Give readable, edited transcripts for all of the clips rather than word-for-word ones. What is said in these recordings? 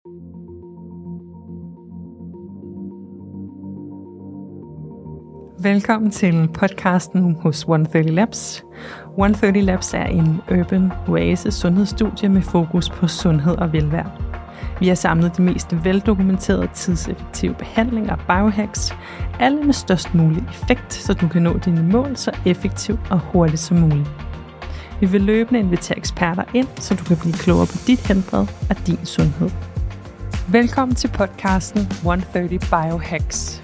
Velkommen til podcasten hos 130 Labs. 130 Labs er en urban oasis sundhedsstudie med fokus på sundhed og velvære. Vi har samlet de mest veldokumenterede tidseffektive behandlinger og biohacks, alle med størst mulig effekt, så du kan nå dine mål så effektivt og hurtigt som muligt. Vi vil løbende invitere eksperter ind, så du kan blive klogere på dit helbred og din sundhed. Velkommen til podcasten 130 Biohacks.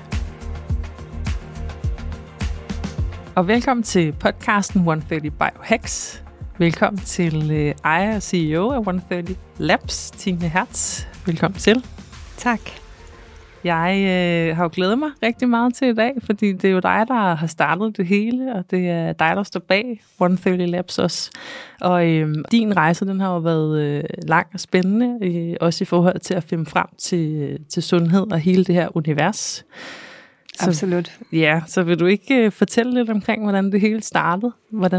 Og velkommen til podcasten 130 Biohacks. Velkommen til ejer og CEO af 130 Labs, Tine Hertz. Velkommen til. Tak. Jeg har jo glædet mig rigtig meget til i dag, fordi det er jo dig, der har startet det hele, og det er dig, der står bag 130 Labs også. Og din rejse, den har jo været lang og spændende, også i forhold til at finde frem til sundhed og hele det her univers. Absolut. Så vil du ikke fortælle lidt omkring, hvordan det hele startede?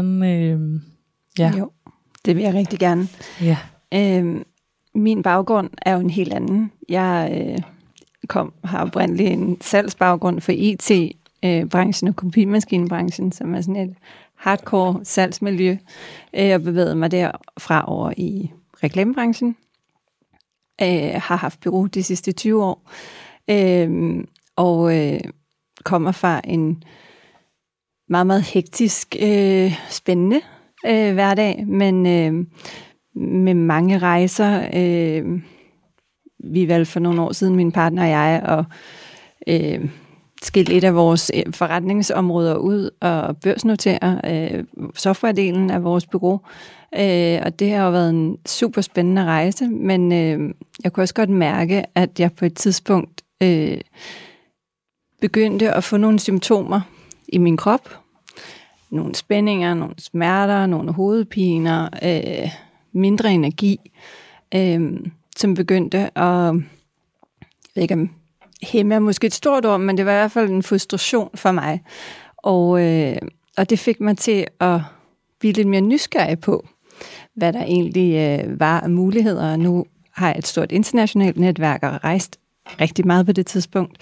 Jo, det vil jeg rigtig gerne. Ja. Min baggrund er jo en helt anden. Jeg har oprindeligt en salgsbaggrund for IT-branchen og kopimaskinebranchen, som er sådan et hardcore salgsmiljø, og bevægede mig derfra over i reklamebranchen. Har haft bureau de sidste 20 år, og kommer fra en meget, meget hektisk, spændende hverdag, men med mange rejser. Vi valgte for nogle år siden, min partner og jeg, at skille et af vores forretningsområder ud og børsnotere softwaredelen af vores bureau. Og det har jo været en super spændende rejse, men jeg kunne også godt mærke, at jeg på et tidspunkt begyndte at få nogle symptomer i min krop. Nogle spændinger, nogle smerter, nogle hovedpiner, mindre energi, som begyndte at, jeg ved ikke om hæmme er måske et stort ord, men det var i hvert fald en frustration for mig. Og det fik mig til at blive lidt mere nysgerrig på, hvad der egentlig var af muligheder. Nu har jeg et stort internationalt netværk og rejst rigtig meget på det tidspunkt.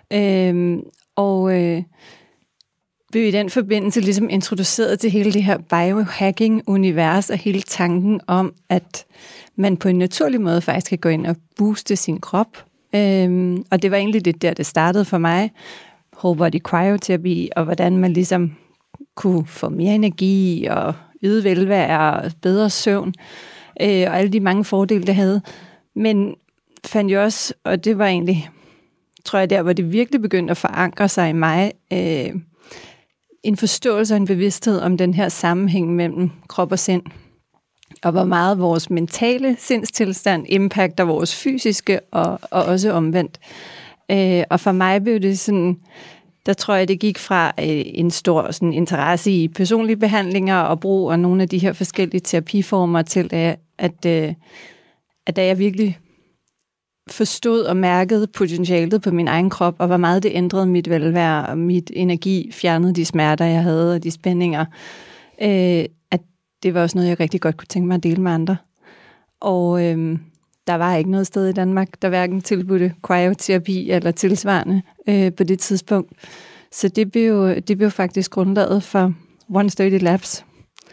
Blev i den forbindelse ligesom introduceret til hele det her biohacking-univers og hele tanken om, at man på en naturlig måde faktisk kan gå ind og booste sin krop. Og det var egentlig det der, det startede for mig. Whole body cryoterapi, og hvordan man ligesom kunne få mere energi og yde velvære og bedre søvn. Og alle de mange fordele, det havde. Men fandt jo også, og det var egentlig, tror jeg, der hvor det virkelig begyndte at forankre sig i mig, en forståelse og en bevidsthed om den her sammenhæng mellem krop og sind, og hvor meget vores mentale sindstilstand impacter vores fysiske, og også omvendt. Og for mig blev det sådan, der tror jeg, det gik fra en stor sådan, interesse i personlige behandlinger og brug af nogle af de her forskellige terapiformer til, at da jeg virkelig forstod og mærkede potentialet på min egen krop, og hvor meget det ændrede mit velvære og mit energi, fjernede de smerter, jeg havde, og de spændinger, at det var også noget, jeg rigtig godt kunne tænke mig at dele med andre. Og der var ikke noget sted i Danmark, der hverken tilbudte cryoterapi eller tilsvarende på det tidspunkt. Så det blev faktisk grundlaget for 130 Labs.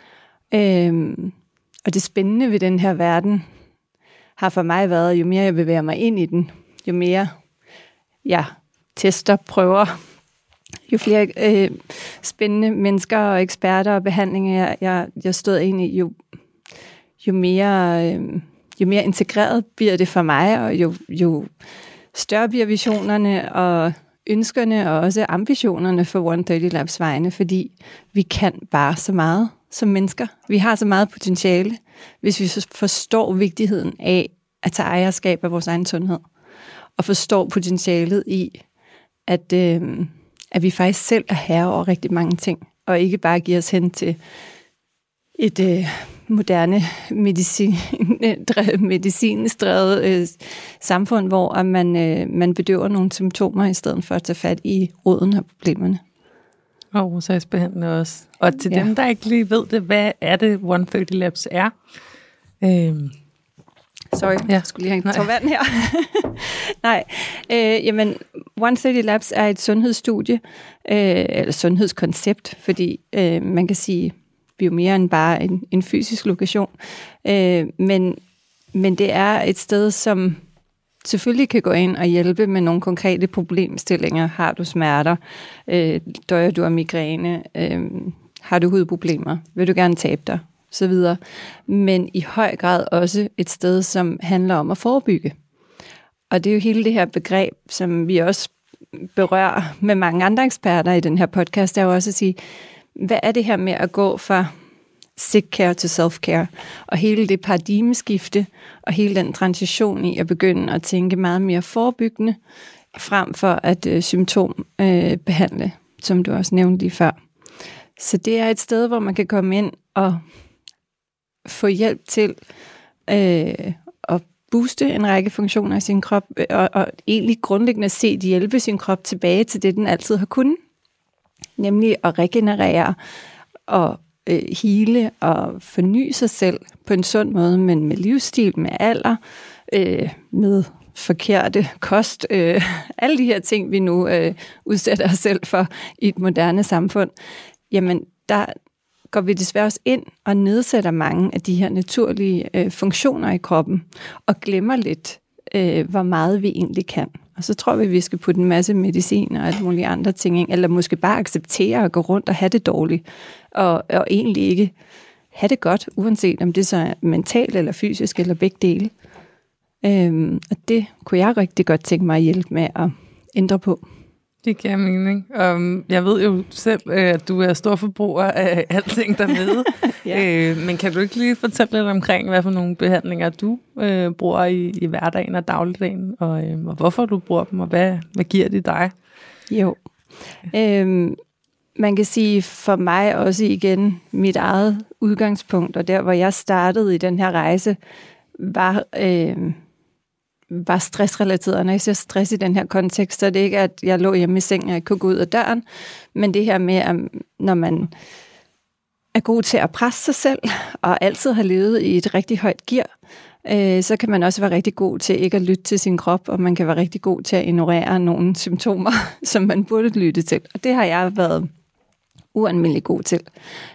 Og det spændende ved den her verden har for mig været, jo mere jeg bevæger mig ind i den, jo mere jeg tester, prøver, jo flere spændende mennesker og eksperter og behandlinger, jeg stod ind i, jo mere integreret bliver det for mig, og jo større bliver visionerne og ønskerne og også ambitionerne for 130 Labs vegne, fordi vi kan bare så meget som mennesker. Vi har så meget potentiale, hvis vi forstår vigtigheden af at tage ejerskab af vores egen sundhed, og forstår potentialet i, at vi faktisk selv er herre over rigtig mange ting, og ikke bare giver os hen til et moderne medicindrevet samfund, hvor man bedøver nogle symptomer, i stedet for at tage fat i roden af problemerne. Og årsagsbehandling også. Og til dem, der ikke lige ved det, hvad er det 130 Labs er? Sorry, jeg skulle lige have en tår vand her. Nej, jamen 130 Labs er et sundhedsstudie, eller sundhedskoncept, fordi man kan sige, vi er jo mere end bare en fysisk lokation. Men det er et sted, som selvfølgelig kan gå ind og hjælpe med nogle konkrete problemstillinger. Har du smerter? Døjer du af migræne? Har du hudproblemer? Vil du gerne tabe dig? Så videre. Men i høj grad også et sted, som handler om at forebygge. Og det er jo hele det her begreb, som vi også berører med mange andre eksperter i den her podcast, er jo også at sige, hvad er det her med at gå fra sick care til self-care, og hele det paradigmeskifte, og hele den transition i at begynde at tænke meget mere forebyggende, frem for at symptombehandle, som du også nævnte lige før. Så det er et sted, hvor man kan komme ind og få hjælp til at booste en række funktioner i sin krop, og egentlig grundlæggende set hjælpe sin krop tilbage til det, den altid har kunnet, nemlig at regenerere og hele og forny sig selv på en sund måde, men med livsstil, med alder, med forkerte kost, alle de her ting, vi nu udsætter os selv for i et moderne samfund, jamen der går vi desværre også ind og nedsætter mange af de her naturlige funktioner i kroppen, og glemmer lidt, hvor meget vi egentlig kan. Og så tror vi skal putte en masse medicin og alt mulige andre ting, eller måske bare acceptere at gå rundt og have det dårligt, og egentlig ikke have det godt, uanset om det så er mentalt eller fysisk eller begge dele. Og det kunne jeg rigtig godt tænke mig at hjælpe med at ændre på. Det giver mening. Jeg ved jo selv, at du er stor forbruger af alting dernede. Ja. Men kan du ikke lige fortælle lidt omkring, hvad for nogle behandlinger du bruger i hverdagen og dagligdagen, og hvorfor du bruger dem, og hvad giver det dig? Jo. Man kan sige for mig også igen, mit eget udgangspunkt, og der hvor jeg startede i den her rejse, var stressrelateret. Og når jeg siger stress i den her kontekst, så er det ikke, at jeg lå hjemme i sengen, og jeg kunne gå ud af døren, men det her med, at når man er god til at presse sig selv, og altid har levet i et rigtig højt gear, så kan man også være rigtig god til ikke at lytte til sin krop, og man kan være rigtig god til at ignorere nogle symptomer, som man burde lytte til. Og det har jeg været ualmindelig god til.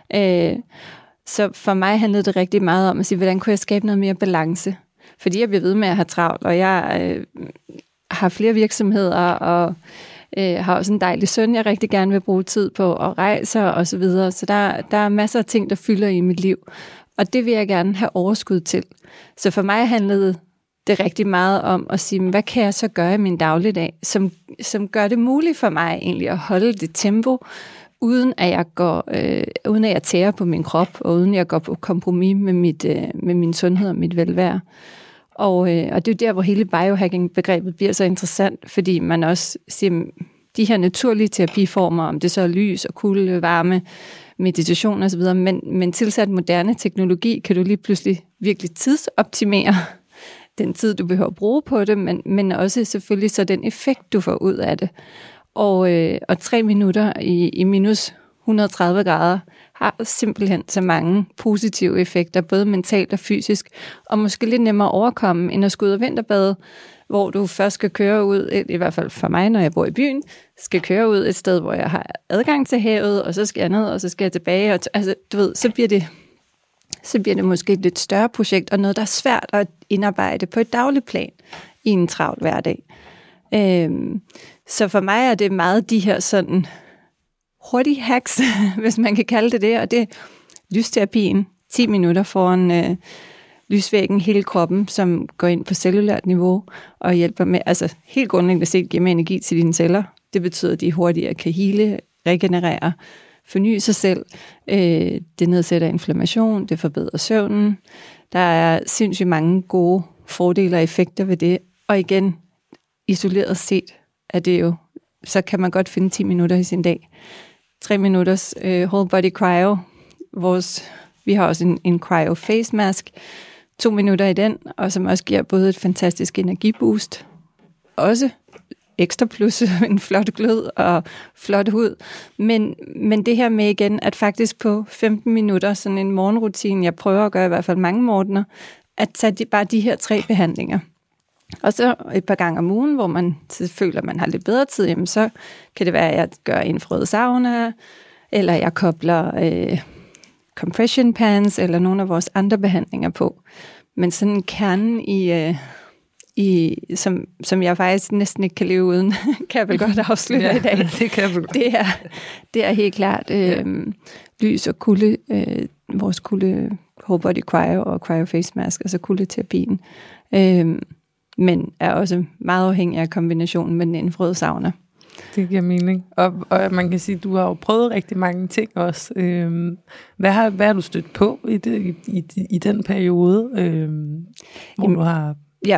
Så for mig handlede det rigtig meget om at sige, hvordan kunne jeg skabe noget mere balance? Fordi jeg bliver ved med at have travlt, og jeg har flere virksomheder, og har også en dejlig søn, jeg rigtig gerne vil bruge tid på, og rejser og så videre. Så der er masser af ting, der fylder i mit liv, og det vil jeg gerne have overskud til. Så for mig handlede det rigtig meget om at sige, hvad kan jeg så gøre i min dagligdag, som gør det muligt for mig egentlig at holde det tempo, uden at jeg tærer på min krop, og uden at jeg går på kompromis med min sundhed og mit velvære. Og det er jo der, hvor hele biohacking-begrebet bliver så interessant, fordi man også siger, de her naturlige terapiformer, om det så er lys og kulde, varme, meditation osv., men tilsat moderne teknologi, kan du lige pludselig virkelig tidsoptimere den tid, du behøver at bruge på det, men også selvfølgelig så den effekt, du får ud af det. Og 3 minutter i minus 130 grader har simpelthen så mange positive effekter, både mentalt og fysisk, og måske lidt nemmere at overkomme, end at skulle ud og vinterbade, hvor du først skal køre ud, i hvert fald for mig, når jeg bor i byen, skal køre ud et sted, hvor jeg har adgang til havet, og så skal jeg ned, og så skal jeg tilbage, og altså, du ved, så bliver det måske et lidt større projekt, og noget, der er svært at indarbejde på et dagligt plan i en travl hverdag. Så for mig er det meget de her sådan hurtige hacks, hvis man kan kalde det, og det er lysterapien, 10 minutter foran lysvæggen, hele kroppen, som går ind på cellulært niveau og hjælper med, altså helt grundlæggende set giver med energi til dine celler. Det betyder, at de hurtigere kan hele, regenerere, forny sig selv. Det nedsætter inflammation, det forbedrer søvnen. Der er sindssygt mange gode fordele og effekter ved det. Og igen, isoleret set er det jo, så kan man godt finde 10 minutter i sin dag. 3 minutters whole body cryo. Vi har også en cryo face mask. 2 minutter i den, og som også giver både et fantastisk energiboost, også ekstra plus en flot glød og flot hud. Men det her med igen, at faktisk på 15 minutter, sådan en morgenrutine, jeg prøver at gøre i hvert fald mange morgener, at tage bare de her 3 behandlinger. Og så et par gange om ugen, hvor man føler, at man har lidt bedre tid, jamen så kan det være, at jeg gør infrarød sauna, eller jeg kobler compression pans, eller nogle af vores andre behandlinger på. Men sådan kernen som jeg faktisk næsten ikke kan leve uden, kan jeg vel godt afsløre i dag. Det kan jeg vel godt. Det er helt klart lys og kulde, vores kulde whole body cryo og cryo face mask, altså kuldeterapien. Men er også meget afhængig af kombinationen med den infrarøde sauna. Det giver mening. Og man kan sige, at du har jo prøvet rigtig mange ting også. Hvad har du stødt på i den periode, hvor du har...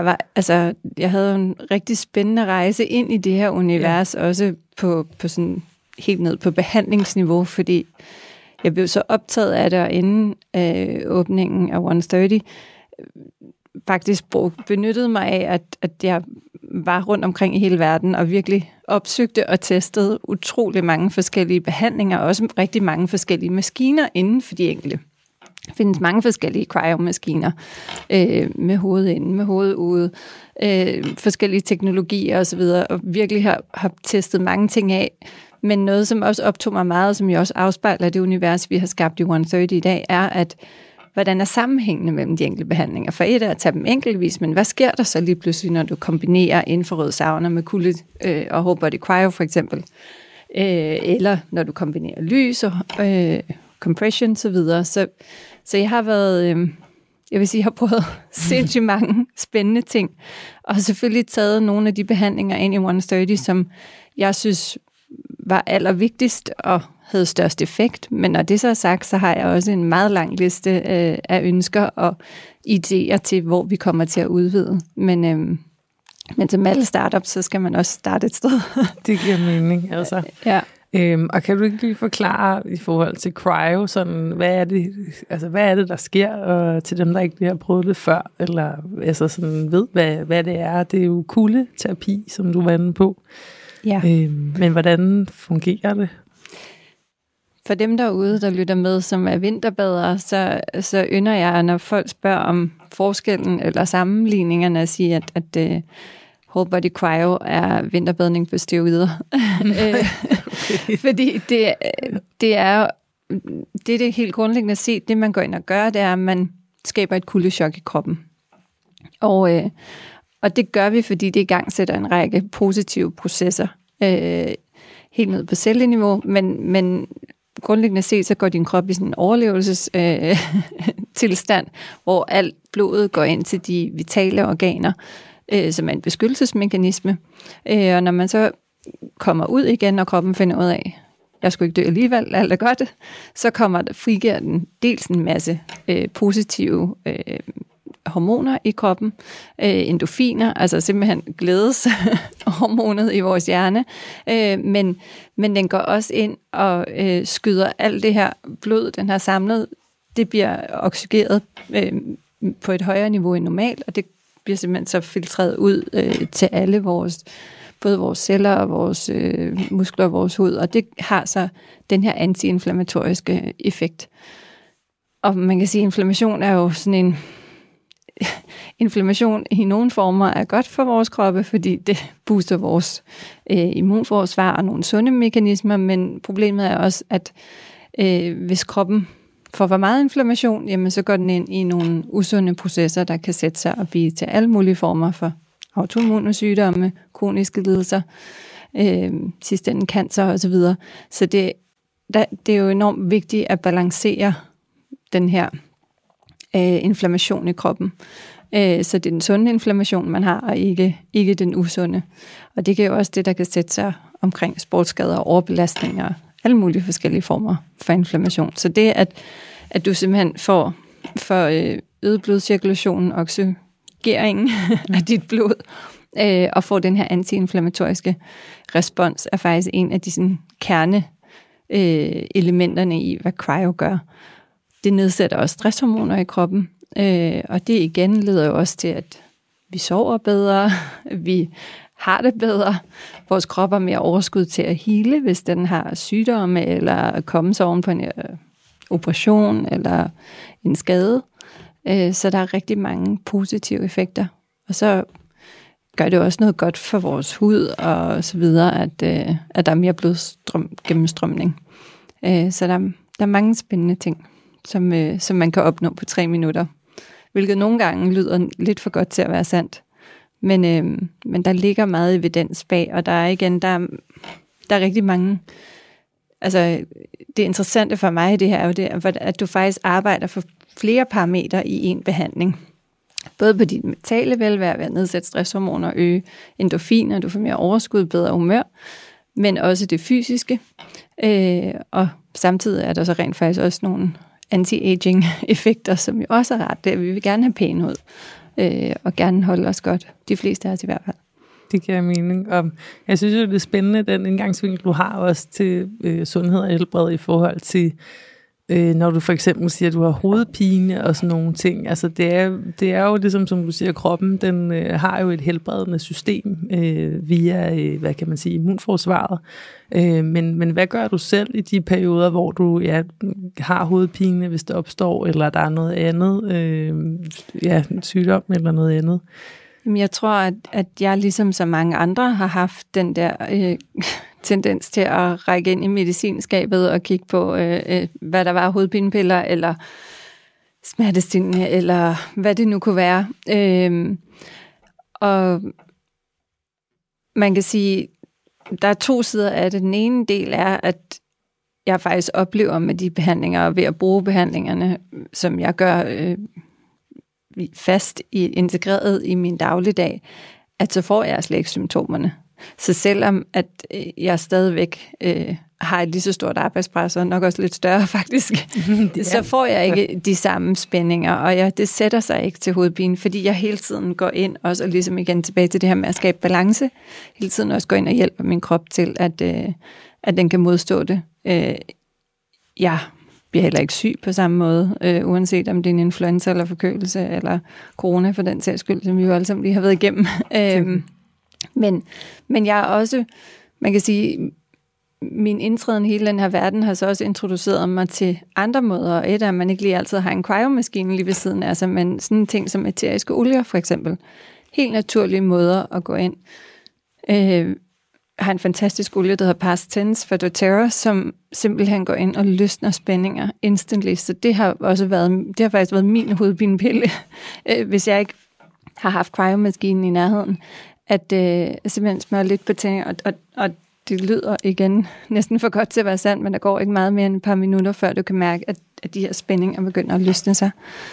Jeg havde en rigtig spændende rejse ind i det her univers, også på sådan helt ned på behandlingsniveau, fordi jeg blev så optaget af det, og inden åbningen af 130, faktisk benyttede mig af, at jeg var rundt omkring i hele verden, og virkelig opsøgte og testede utrolig mange forskellige behandlinger, og også rigtig mange forskellige maskiner inden for de enkelte. Der findes mange forskellige cryomaskiner med hovedet inde, med hovedet ude, forskellige teknologier osv., og virkelig har testet mange ting af. Men noget, som også optog mig meget, som jo også afspejler det univers, vi har skabt i 130 i dag, er, at hvordan er sammenhængende mellem de enkelte behandlinger? For et er at tage dem enkeltvis, men hvad sker der så lige pludselig, når du kombinerer infrarød sauna med kulde og whole body cryo for eksempel? Eller når du kombinerer lys og compression og så videre. Så jeg har været, jeg vil sige, jeg har prøvet sindssygt mange spændende ting, og har selvfølgelig taget nogle af de behandlinger ind i 130, som jeg synes var allervigtigst og havde størst effekt. Men når det så er sagt, så har jeg også en meget lang liste af ønsker og idéer til, hvor vi kommer til at udvide. Men som alle startups, så skal man også starte et sted. Det giver mening, altså. Ja. Og kan du ikke lige forklare i forhold til cryo, sådan, hvad er det, der sker, og til dem, der ikke lige har prøvet det før, eller altså sådan, ved, hvad det er? Det er jo kuldeterapi, som du var inde på. Ja. Men hvordan fungerer det? For dem derude, der lytter med, som er vinterbadere, så ynder jeg, når folk spørger om forskellen eller sammenligningerne, at sige, at whole body cryo er vinterbadning på steroider. Okay. Fordi det er det helt grundlæggende set, det man går ind og gør, det er, at man skaber et kuldechok i kroppen. Og det gør vi, fordi det igangsætter en række positive processer helt ned på celleniveau, men grundlæggende set, så går din krop i sådan en overlevelsestilstand, hvor alt blodet går ind til de vitale organer, som er en beskyttelsesmekanisme. Og når man så kommer ud igen, og kroppen finder ud af, jeg skulle ikke dø alligevel, alt er godt, så frigiver den dels en masse positive hormoner i kroppen, endorfiner, altså simpelthen glædeshormonet i vores hjerne, men den går også ind og skyder alt det her blod, den har samlet, det bliver oxygeret på et højere niveau end normalt, og det bliver simpelthen så filtreret ud til alle både vores celler og vores muskler og vores hud, og det har så den her antiinflammatoriske effekt. Og man kan sige, at inflammation er jo sådan en inflammation i nogle former er godt for vores kroppe, fordi det booster vores immunforsvar og nogle sunde mekanismer, men problemet er også, at hvis kroppen får for meget inflammation, jamen så går den ind i nogle usunde processer, der kan sætte sig og blive til alle mulige former for autoimmune sygdomme, kroniske lidelser, sidst ende cancer osv. Så det er jo enormt vigtigt at balancere den her inflammation i kroppen. Så det er den sunde inflammation, man har, og ikke den usunde. Og det kan jo også det, der kan sætte sig omkring sportsskader, overbelastninger og alle mulige forskellige former for inflammation. Så det, at du simpelthen får øget blodcirkulationen, oxygeringen af dit blod, og får den her antiinflammatoriske respons, er faktisk en af de sådan, kerne elementerne i, hvad cryo gør. Det nedsætter også stresshormoner i kroppen, og det igen leder jo også til, at vi sover bedre, vi har det bedre, vores krop er mere overskud til at hele, hvis den har sygdomme, eller komme sig oven på en operation, eller en skade. Så der er rigtig mange positive effekter. Og så gør det også noget godt for vores hud og så videre, at der er mere blodgennemstrømning. Så der er mange spændende ting, som man kan opnå på 3 minutter. Hvilket nogle gange lyder lidt for godt til at være sandt. Men der ligger meget evidens bag, og der er rigtig mange. Altså, det interessante for mig, det her er jo det, at du faktisk arbejder for flere parametre i en behandling. Både på dit mentale velvære, ved at nedsætte stresshormoner, øge endorfiner, du får mere overskud, bedre humør, men også det fysiske. Og samtidig er der så rent faktisk også nogle anti-aging-effekter, som jo også er ret. Vi vil gerne have pæn ud, og gerne holde os godt. De fleste af os i hvert fald. Det giver mening. Og jeg synes jo, det er spændende, den indgangsvinkel, du har også til sundhed og helbred i forhold til, når du for eksempel siger, at du har hovedpine og sådan nogle ting. Altså det er jo ligesom, som du siger, kroppen, den har jo et helbredende system via, hvad kan man sige, immunforsvaret. Men hvad gør du selv i de perioder, hvor du har hovedpine, hvis det opstår, eller der er noget andet, sygdom eller noget andet? Jeg tror, at jeg ligesom så mange andre har haft den der tendens til at række ind i medicinskabet og kigge på, hvad der var, hovedpinepiller eller smertestillende, eller hvad det nu kunne være. Og man kan sige, der er 2 sider af det. Den ene del er, at jeg faktisk oplever med de behandlinger, og ved at bruge behandlingerne, som jeg gør fast integreret i min dagligdag, at så får jeg slet ikke symptomerne. Så selvom at jeg stadigvæk har et lige så stort arbejdspres, og nok også lidt større faktisk, så får jeg ikke de samme spændinger, og det sætter sig ikke til hovedpine, fordi jeg hele tiden går ind også, og ligesom igen tilbage til det her med at skabe balance, hele tiden også går ind og hjælper min krop til, at den kan modstå det. Jeg bliver heller ikke syg på samme måde, uanset om det er en influenza eller forkølelse, eller corona for den sags skyld, som vi jo alle sammen lige har været igennem. Men jeg er også, man kan sige, min indtræden i hele den her verden har så også introduceret mig til andre måder. Et er, at man ikke lige altid har en cryomaskine lige ved siden af sig, men sådan en ting som æteriske olier for eksempel. Helt naturlige måder at gå ind. Har en fantastisk olie, der hedder Past Tense fra doTERRA, som simpelthen går ind og løsner spændinger instantly. Så det har faktisk været min hovedpinepille, hvis jeg ikke har haft cryomaskinen i nærheden, at simpelthen smøre lidt på tænder, og det lyder igen næsten for godt til at være sandt, men der går ikke meget mere end et par minutter, før du kan mærke, at de her spændinger begynder at løsne sig.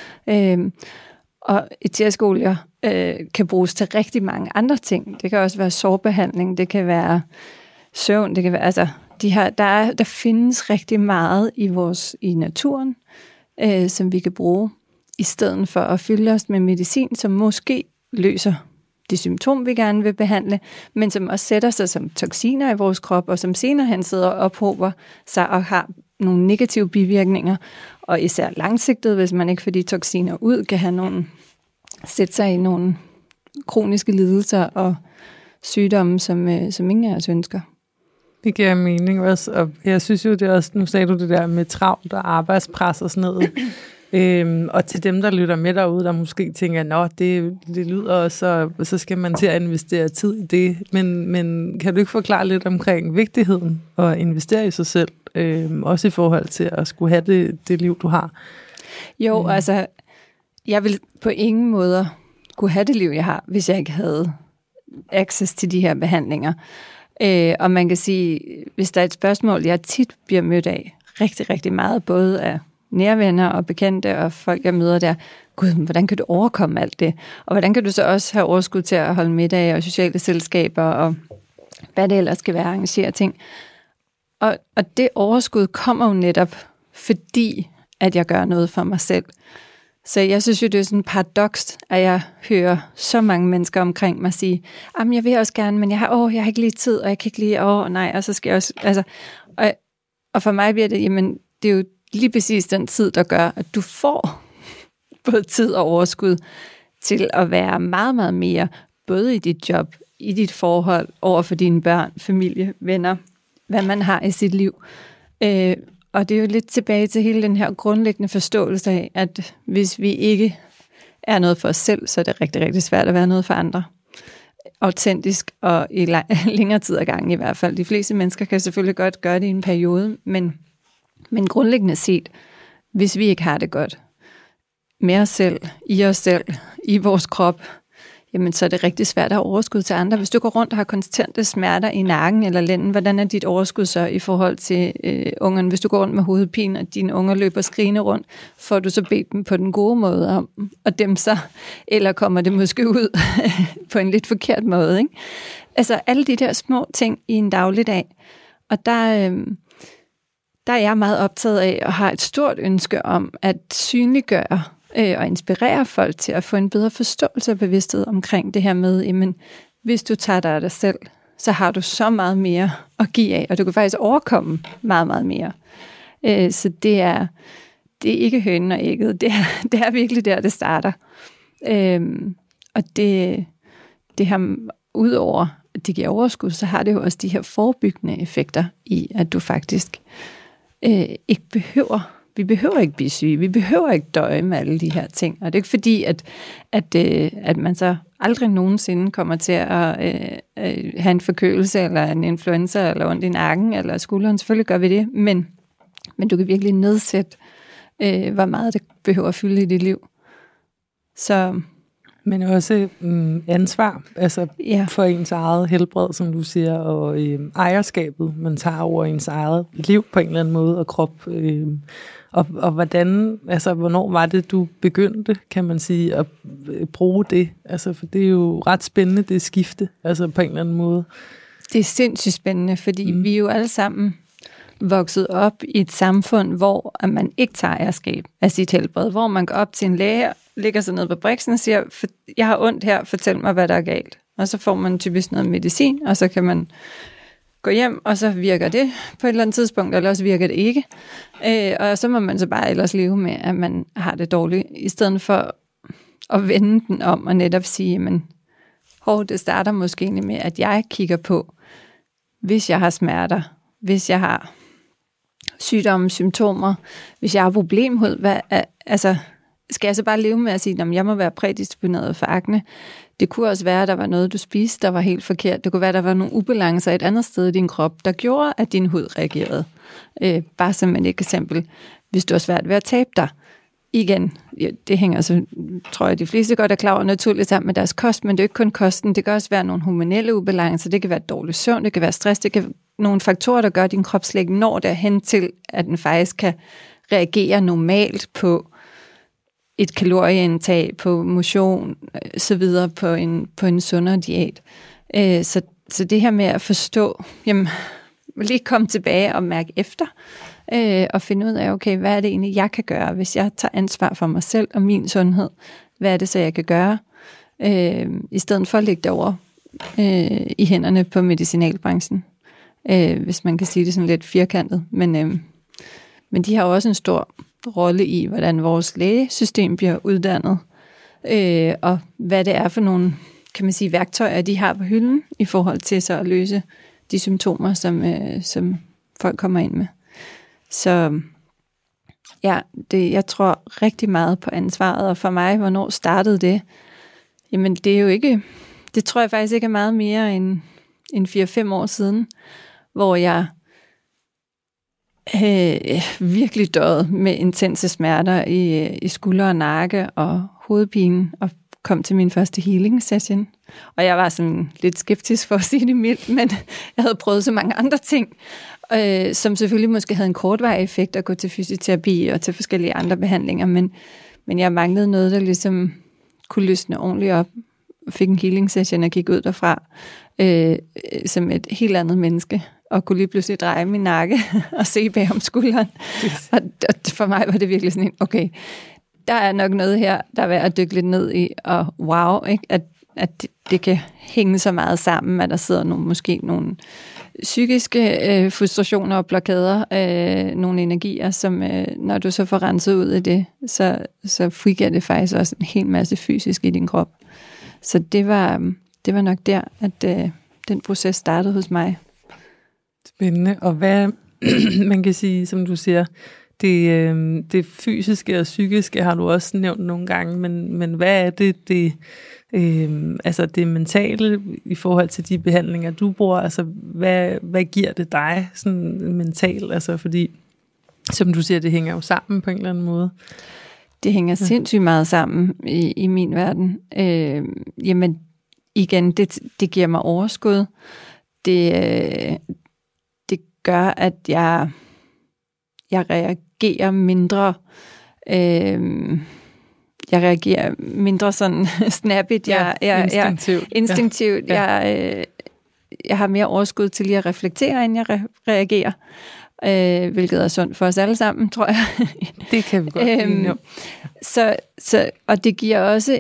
Og æteriske olier kan bruges til rigtig mange andre ting. Det kan også være sårbehandling, det kan være søvn, det kan være, altså, der findes rigtig meget i naturen, som vi kan bruge, i stedet for at fylde os med medicin, som måske løser det symptom, vi gerne vil behandle, men som også sætter sig som toksiner i vores krop, og som senere hen sidder og ophober sig og har nogle negative bivirkninger, og især langsigtet, hvis man ikke får de toksiner ud, kan have sætte sig i nogle kroniske lidelser og sygdomme, som ingen af os ønsker. Det giver mening også, og jeg synes jo, det er også, nu sagde du det der med travlt og arbejdspres og sådan noget, og til dem, der lytter med derude, der måske tænker, nå, det lyder også, og så skal man til at investere tid i det, men kan du ikke forklare lidt omkring vigtigheden og investere i sig selv, også i forhold til at skulle have det liv, du har? Jo, altså, jeg vil på ingen måde kunne have det liv, jeg har, hvis jeg ikke havde access til de her behandlinger. Og man kan sige, hvis der er et spørgsmål, jeg tit bliver mødt af rigtig, rigtig meget, både af nærvenner og bekendte og folk, jeg møder der, gud, hvordan kan du overkomme alt det? Og hvordan kan du så også have overskud til at holde middage og sociale selskaber og hvad det ellers skal være, arrangere ting? Og det overskud kommer jo netop, fordi at jeg gør noget for mig selv. Så jeg synes jo, det er sådan en paradoks, at jeg hører så mange mennesker omkring mig sige, jamen jeg vil også gerne, men jeg har ikke lige tid, og jeg kan ikke lige, nej, og så skal jeg også, altså, og for mig bliver det, jamen, det er jo lige præcis den tid, der gør, at du får både tid og overskud til at være meget, meget mere, både i dit job, i dit forhold, over for dine børn, familie, venner, hvad man har i sit liv. Og det er jo lidt tilbage til hele den her grundlæggende forståelse af, at hvis vi ikke er noget for os selv, så er det rigtig, rigtig svært at være noget for andre. Autentisk og i længere tid ad gangen i hvert fald. De fleste mennesker kan selvfølgelig godt gøre det i en periode, men grundlæggende set, hvis vi ikke har det godt med os selv, i vores krop, jamen så er det rigtig svært at have overskud til andre. Hvis du går rundt og har konstante smerter i nakken eller lænden, hvordan er dit overskud så i forhold til ungerne? Hvis du går rundt med hovedpine, og dine unger løber skrigende rundt, får du så bedt dem på den gode måde om at dæmpe sig, eller kommer det måske ud på en lidt forkert måde, ikke? Altså alle de der små ting i en dagligdag, og der er jeg meget optaget af og har et stort ønske om at synliggøre og inspirere folk til at få en bedre forståelse og bevidsthed omkring det her med, jamen, hvis du tager dig af dig selv, så har du så meget mere at give af, og du kan faktisk overkomme meget, meget mere. Så det er ikke hønen og ægget, det er virkelig der, det starter. Og det har, udover at det giver overskud, så har det jo også de her forebyggende effekter i, at du faktisk ikke vi behøver ikke blive syge, vi behøver ikke døje med alle de her ting. Og det er ikke fordi, at man så aldrig nogensinde kommer til at have en forkølelse, eller en influenza, eller ondt i nakken, eller skulderen. Selvfølgelig gør vi det, men du kan virkelig nedsætte, hvor meget det behøver at fylde i dit liv. Så... Men også ansvar, altså for ens eget helbred, som du siger, og ejerskabet, man tager over ens eget liv på en eller anden måde, og krop. Og hvordan, altså hvornår var det, du begyndte, kan man sige, at bruge det? Altså, for det er jo ret spændende, det skifte, altså på en eller anden måde. Det er sindssygt spændende, fordi vi er jo alle sammen vokset op i et samfund, hvor man ikke tager ejerskab af sit helbred, hvor man går op til en læge, ligger sig ned på briksen og siger, jeg har ondt her, fortæl mig, hvad der er galt. Og så får man typisk noget medicin, og så kan man gå hjem, og så virker det på et eller andet tidspunkt, eller også virker det ikke. Og så må man så bare ellers leve med, at man har det dårligt, i stedet for at vende den om og netop sige, men det starter måske egentlig med, at jeg kigger på, hvis jeg har smerter, hvis jeg har sygdomme, symptomer, hvis jeg har problemhud, skal jeg så bare leve med at sige, at jeg må være prædisponeret for akne? Det kunne også være, at der var noget, du spiste, der var helt forkert. Det kunne være, at der var nogle ubalancer et andet sted i din krop, der gjorde, at din hud reagerede. Bare som et eksempel. Hvis du har svært ved at tabe dig. Igen, det hænger så, tror jeg, de fleste godt er klar over naturligt sammen med deres kost, men det er ikke kun kosten. Det kan også være nogle hormonelle ubalancer. Det kan være dårlig søvn, det kan være stress, det kan være nogle faktorer, der gør, at din krop slet ikke når derhen til, at den faktisk kan reagere normalt på et kalorieindtag, på motion, så videre på en sundere diæt. Så det her med at forstå, jamen, lige komme tilbage og mærke efter, og finde ud af, okay, hvad er det egentlig, jeg kan gøre, hvis jeg tager ansvar for mig selv og min sundhed? Hvad er det så, jeg kan gøre? I stedet for at lægge det over i hænderne på medicinalbranchen. Hvis man kan sige det sådan lidt firkantet. Men de har også en stor rolle i, hvordan vores lægesystem bliver uddannet, og hvad det er for nogle, kan man sige, værktøjer, de har på hylden, i forhold til så at løse de symptomer, som folk kommer ind med. Så ja, jeg tror rigtig meget på ansvaret, og for mig, hvornår startede det? Jamen, det er jo ikke, det tror jeg faktisk ikke er meget mere end 4-5 år siden, hvor jeg virkelig døde med intense smerter i skulder og nakke og hovedpine, og kom til min første healing session. Og jeg var sådan lidt skeptisk for at sige det mildt, men jeg havde prøvet så mange andre ting, som selvfølgelig måske havde en kortvarig effekt at gå til fysioterapi og til forskellige andre behandlinger, men jeg manglede noget, der ligesom kunne løsne ordentligt op. Fik en healing session og gik ud derfra som et helt andet menneske, og kunne lige pludselig dreje min nakke og se bag om skulderen. Yes. Og for mig var det virkelig sådan en, okay, der er nok noget her, der er værd at dykke lidt ned i, og wow, ikke? At det kan hænge så meget sammen, at der sidder måske nogle psykiske frustrationer og blokader, nogle energier, som når du så får renset ud af det, så frigiver det faktisk også en hel masse fysisk i din krop. Så det var nok der, at den proces startede hos mig. Spændende. Og man kan sige, som du siger, det fysiske og psykiske har du også nævnt nogle gange, men hvad er det altså det mentale i forhold til de behandlinger, du bruger? Altså, hvad giver det dig sådan mentalt? Altså, fordi, som du siger, det hænger jo sammen på en eller anden måde. Det hænger sindssygt meget sammen i min verden. Jamen, igen, det giver mig overskud. Det gør, at jeg reagerer mindre. Jeg reagerer mindre sådan snappigt. Instinktivt. Ja. Jeg har mere overskud til lige at reflektere, end jeg reagerer. Hvilket er sundt for os alle sammen, tror jeg. Det kan vi godt lide. Og det giver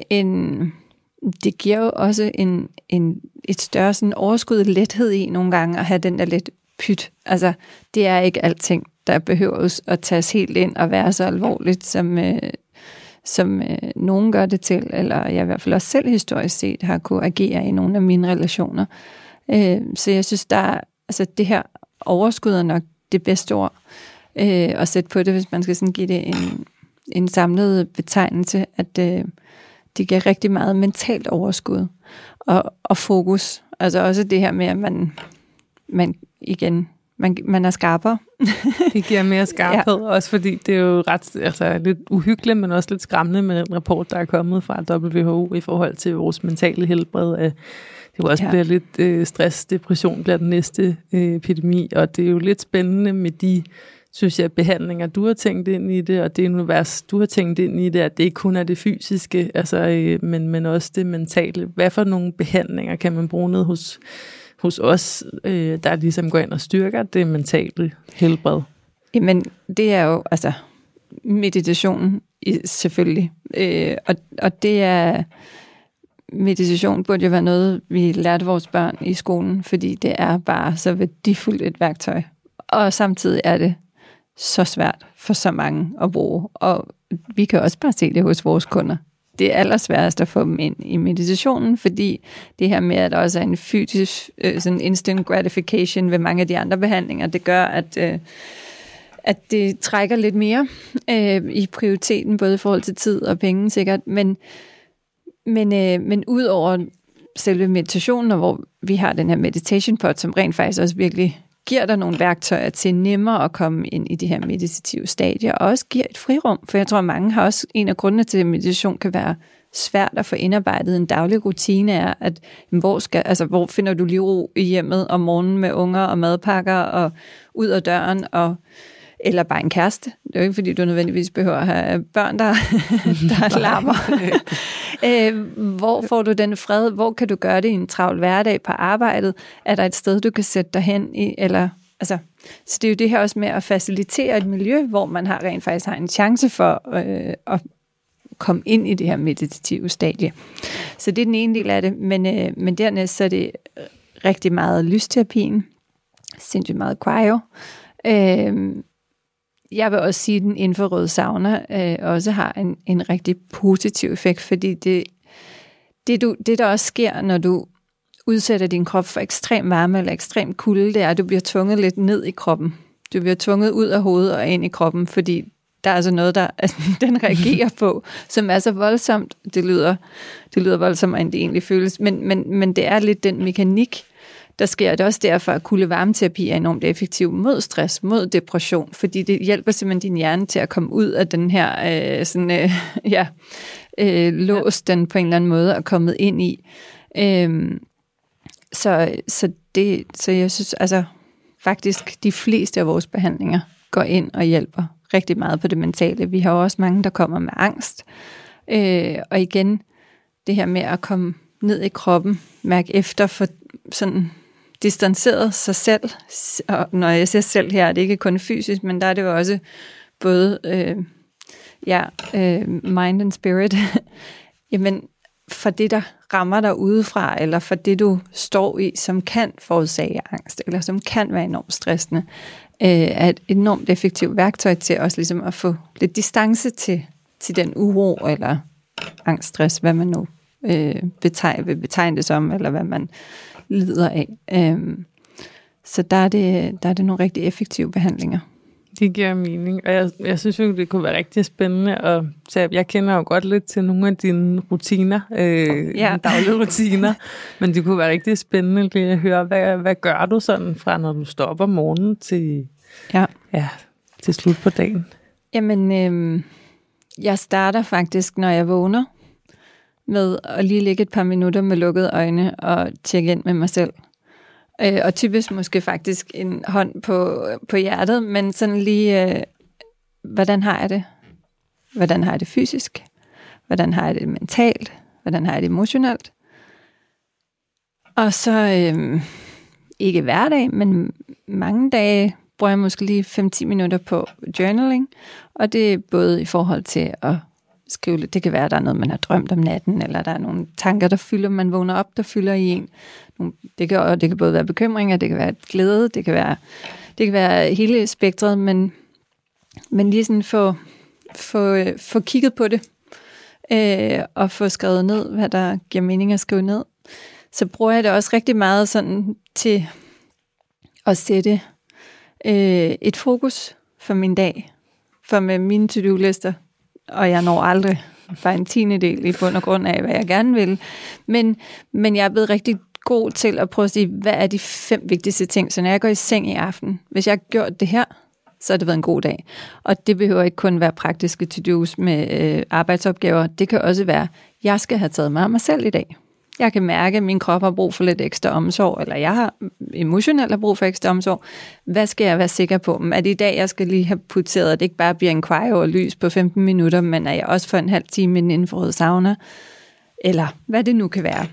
også et større sådan overskud, lethed i nogle gange, at have den der lidt pyt. Altså, det er ikke alting, der behøver at tages helt ind og være så alvorligt, som nogen gør det til, eller jeg i hvert fald også selv historisk set har kunne agere i nogle af mine relationer. Så jeg synes, det her overskud er nok det bedste ord at sætte på det, hvis man skal sådan give det en samlet betegnelse, at det giver rigtig meget mentalt overskud og fokus. Altså også det her med, at man er skarpere. Det giver mere skarphed, også fordi det er jo ret lidt uhyggeligt, men også lidt skræmmende med den rapport, der er kommet fra WHO i forhold til vores mentale helbred. Det jo også bliver lidt stress, depression bliver den næste epidemi, og det er jo lidt spændende med de, synes jeg, behandlinger, du har tænkt ind i det, og det univers, du har tænkt ind i det, at det ikke kun er det fysiske, men også det mentale. Hvad for nogle behandlinger kan man bruge ned hos os, der ligesom går ind og styrker det mentale helbred? Jamen, det er jo meditation selvfølgelig, og det er meditation burde jo være noget, vi lærte vores børn i skolen, fordi det er bare så værdifuldt et værktøj. Og samtidig er det så svært for så mange at bruge. Og vi kan også bare se det hos vores kunder. Det er allersværest at få dem ind i meditationen, fordi det her med, at der også er en fysisk sådan instant gratification ved mange af de andre behandlinger, det gør, at det trækker lidt mere i prioriteten, både i forhold til tid og penge sikkert, men ud over selve meditationen, og hvor vi har den her meditation pod, som rent faktisk også virkelig giver dig nogle værktøjer til nemmere at komme ind i de her meditative stadier, og også giver et frirum, for jeg tror, mange har også en af grundene til, at meditation kan være svært at få indarbejdet. En daglig rutine er, at hvor finder du lige ro i hjemmet om morgenen med unger og madpakker og ud af døren eller bare en kæreste. Det er jo ikke, fordi du nødvendigvis behøver at have børn, der larmer. Hvor får du den fred? Hvor kan du gøre det i en travl hverdag på arbejdet? Er der et sted, du kan sætte dig hen i? Så det er jo det her også med at facilitere et miljø, hvor man rent faktisk har en chance for at komme ind i det her meditative stadie. Så det er den ene del af det. Men dernæst så er det rigtig meget lysterapien. Sindssygt meget cryo. Jeg vil også sige, at den infrarøde sauna også har en rigtig positiv effekt, fordi det der også sker, når du udsætter din krop for ekstrem varme eller ekstrem kulde, det er, at du bliver tvunget lidt ned i kroppen. Du bliver tvunget ud af hovedet og ind i kroppen, fordi der er altså noget, den reagerer på, som er så voldsomt. Det lyder voldsommere, end det egentlig føles, men det er lidt den mekanik, der sker. Det også derfor, at kulde-varmeterapi er enormt effektiv mod stress, mod depression, fordi det hjælper simpelthen din hjerne til at komme ud af den her lås, den på en eller anden måde er kommet ind i. Så jeg synes, faktisk de fleste af vores behandlinger går ind og hjælper rigtig meget på det mentale. Vi har også mange, der kommer med angst. Og igen, det her med at komme ned i kroppen, mærke efter for sådan distanceret sig selv. Og når jeg siger selv her, er det ikke kun fysisk, men der er det jo også både mind and spirit. Jamen, for det, der rammer dig udefra, eller for det, du står i, som kan forårsage angst, eller som kan være enormt stressende, er et enormt effektivt værktøj til også ligesom at få lidt distance til den uro, eller angst, stress, hvad man nu vil betegne det som, eller hvad man lider af. Så der er det nogle rigtig effektive behandlinger. Det giver mening, og jeg synes jo, det kunne være rigtig spændende at tage. Jeg kender jo godt lidt til nogle af dine rutiner, daglige rutiner, men det kunne være rigtig spændende lige at høre, hvad gør du sådan fra, når du står op om morgenen til, til slut på dagen? Jamen, jeg starter faktisk, når jeg vågner, med at lige ligge et par minutter med lukkede øjne og tjekke ind med mig selv. Og typisk måske faktisk en hånd på hjertet, men sådan lige, hvordan har jeg det? Hvordan har jeg det fysisk? Hvordan har jeg det mentalt? Hvordan har jeg det emotionelt? Og så, ikke hver dag, men mange dage bruger jeg måske lige 5-10 minutter på journaling. Og det er både i forhold til at skrive lidt. Det kan være, at der er noget, man har drømt om natten, eller der er nogle tanker, der fylder, man vågner op, der fylder i en. Det kan både være bekymringer, det kan være glæde, det kan være hele spektret, men lige sådan få kigget på det, og få skrevet ned, hvad der giver mening at skrive ned. Så bruger jeg det også rigtig meget sådan til at sætte et fokus for min dag. For med mine to-do-lister, og jeg når aldrig bare en 10. del i bund og grund af, hvad jeg gerne vil. Men jeg er blevet rigtig god til at prøve at sige, hvad er de 5 vigtigste ting. Så når jeg går i seng i aften, hvis jeg har gjort det her, så har det været en god dag. Og det behøver ikke kun være praktiske to-dos med arbejdsopgaver. Det kan også være, jeg skal have taget mig af mig selv i dag. Jeg kan mærke, at min krop har brug for lidt ekstra omsorg, eller jeg har emotionelt brug for ekstra omsorg. Hvad skal jeg være sikker på? Er det i dag, jeg skal lige have putteret, at det ikke bare bliver en cryo og lys på 15 minutter, men at jeg også får en halv time i en infrarød sauna? Eller hvad det nu kan være.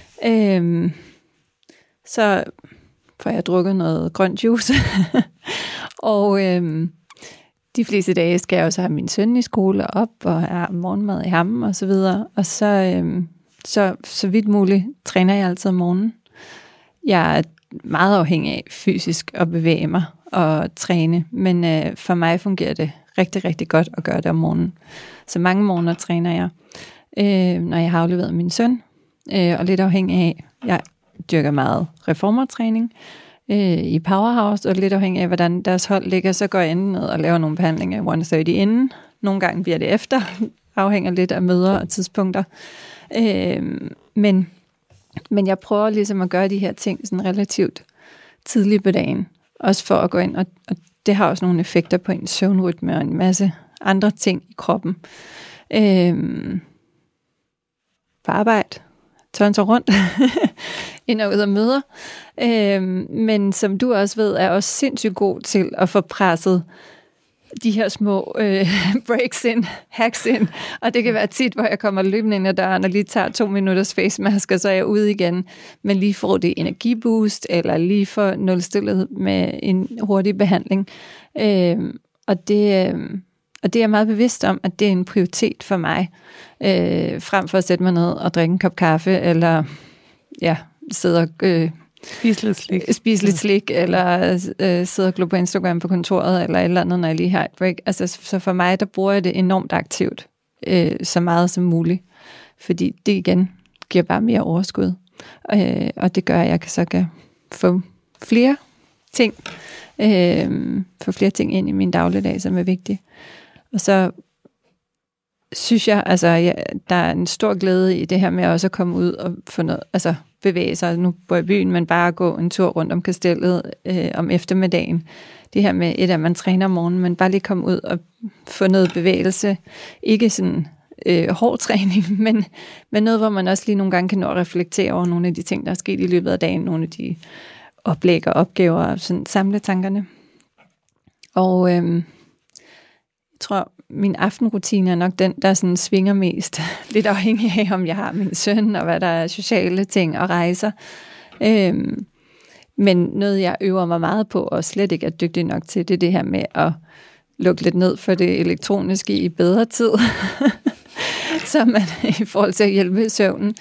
Så får jeg drukket noget grønt juice. Og de fleste dage skal jeg også have min søn i skole op, og have morgenmad i ham og så videre. Og så vidt muligt træner jeg altid om morgenen. Jeg er meget afhængig af fysisk at bevæge mig og træne, men for mig fungerer det rigtig, rigtig godt at gøre det om morgenen. Så mange morgener træner jeg, når jeg har afleveret min søn, og lidt afhængig af, jeg dyrker meget reformertræning i Powerhouse, og lidt afhængig af, hvordan deres hold ligger, så går jeg enten ned og laver nogle behandlinger i 130 inden. Nogle gange bliver det efter, afhænger lidt af møder og tidspunkter. Men jeg prøver ligesom at gøre de her ting sådan relativt tidligt på dagen, også for at gå ind, og det har også nogle effekter på en søvnrytme og en masse andre ting i kroppen. På arbejde, tørner rundt, ind og ud af møder, men som du også ved, er også sindssygt god til at få presset de her små breaks ind, hacks ind, og det kan være tit, hvor jeg kommer løbende ind ad døren og lige tager 2 minutters face mask, og så er jeg ude igen, men lige får det energiboost, eller lige får nulstillet med en hurtig behandling. Og det er jeg meget bevidst om, at det er en prioritet for mig, frem for at sætte mig ned og drikke en kop kaffe, eller sidde og spise lidt slik, eller sidde og glo på Instagram på kontoret, eller et eller andet, når jeg lige har et break. Altså, så for mig, der bruger jeg det enormt aktivt, så meget som muligt, fordi det igen giver bare mere overskud, og det gør, at jeg så kan få flere ting, ind i min dagligdag, som er vigtige. Og så synes jeg, altså, der er en stor glæde i det her med også at komme ud og få noget, altså bevæge sig. Nu bor jeg i byen, men bare gå en tur rundt om kastellet om eftermiddagen. Det her med at man træner om morgenen, men bare lige komme ud og få noget bevægelse. Ikke sådan hård træning, men noget, hvor man også lige nogle gange kan nå at reflektere over nogle af de ting, der er sket i løbet af dagen, nogle af de oplæg og opgaver, og sådan samle tankerne. Og jeg tror, min aftenrutine er nok den, der sådan svinger mest. Lidt afhængig af, om jeg har min søn, og hvad der er sociale ting og rejser. Men noget, jeg øver mig meget på, og slet ikke er dygtig nok til, det er det her med at lukke lidt ned for det elektroniske i bedre tid. Så man i forhold til at hjælpe i søvnen.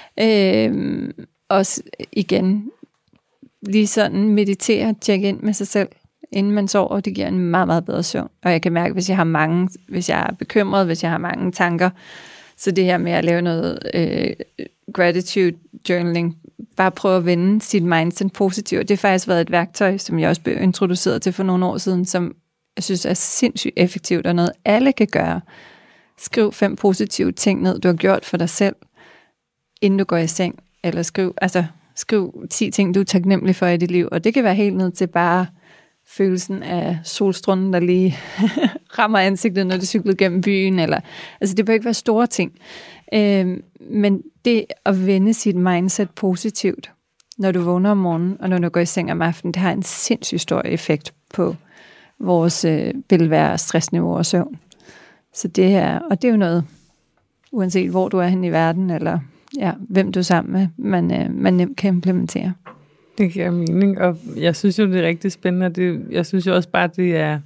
Også igen, lige sådan meditere, tjekke ind med sig selv, inden man sover, det giver en meget, meget bedre søvn. Og jeg kan mærke, hvis jeg er bekymret, hvis jeg har mange tanker, så det her med at lave noget gratitude journaling bare prøve at vende sit mindset positivt. Det har faktisk været et værktøj, som jeg også blev introduceret til for nogle år siden, som jeg synes er sindssygt effektivt, og noget alle kan gøre. Skriv 5 positive ting ned, du har gjort for dig selv, inden du går i seng. Eller skriv 10 ting, du er taknemmelig for i dit liv. Og det kan være helt ned til bare følelsen af solstrålen, der lige rammer ansigtet, når du cyklede gennem byen. Eller, altså det bør ikke være store ting. Men det at vende sit mindset positivt, når du vågner om morgenen, og når du går i seng om aftenen, det har en sindssygt stor effekt på vores velvære, stressniveau og søvn. Så det er, og det er jo noget, uanset hvor du er henne i verden, eller hvem du er sammen med, man nemt kan implementere. Det giver mening, og jeg synes jo, det er rigtig spændende. Jeg synes jo også bare, det er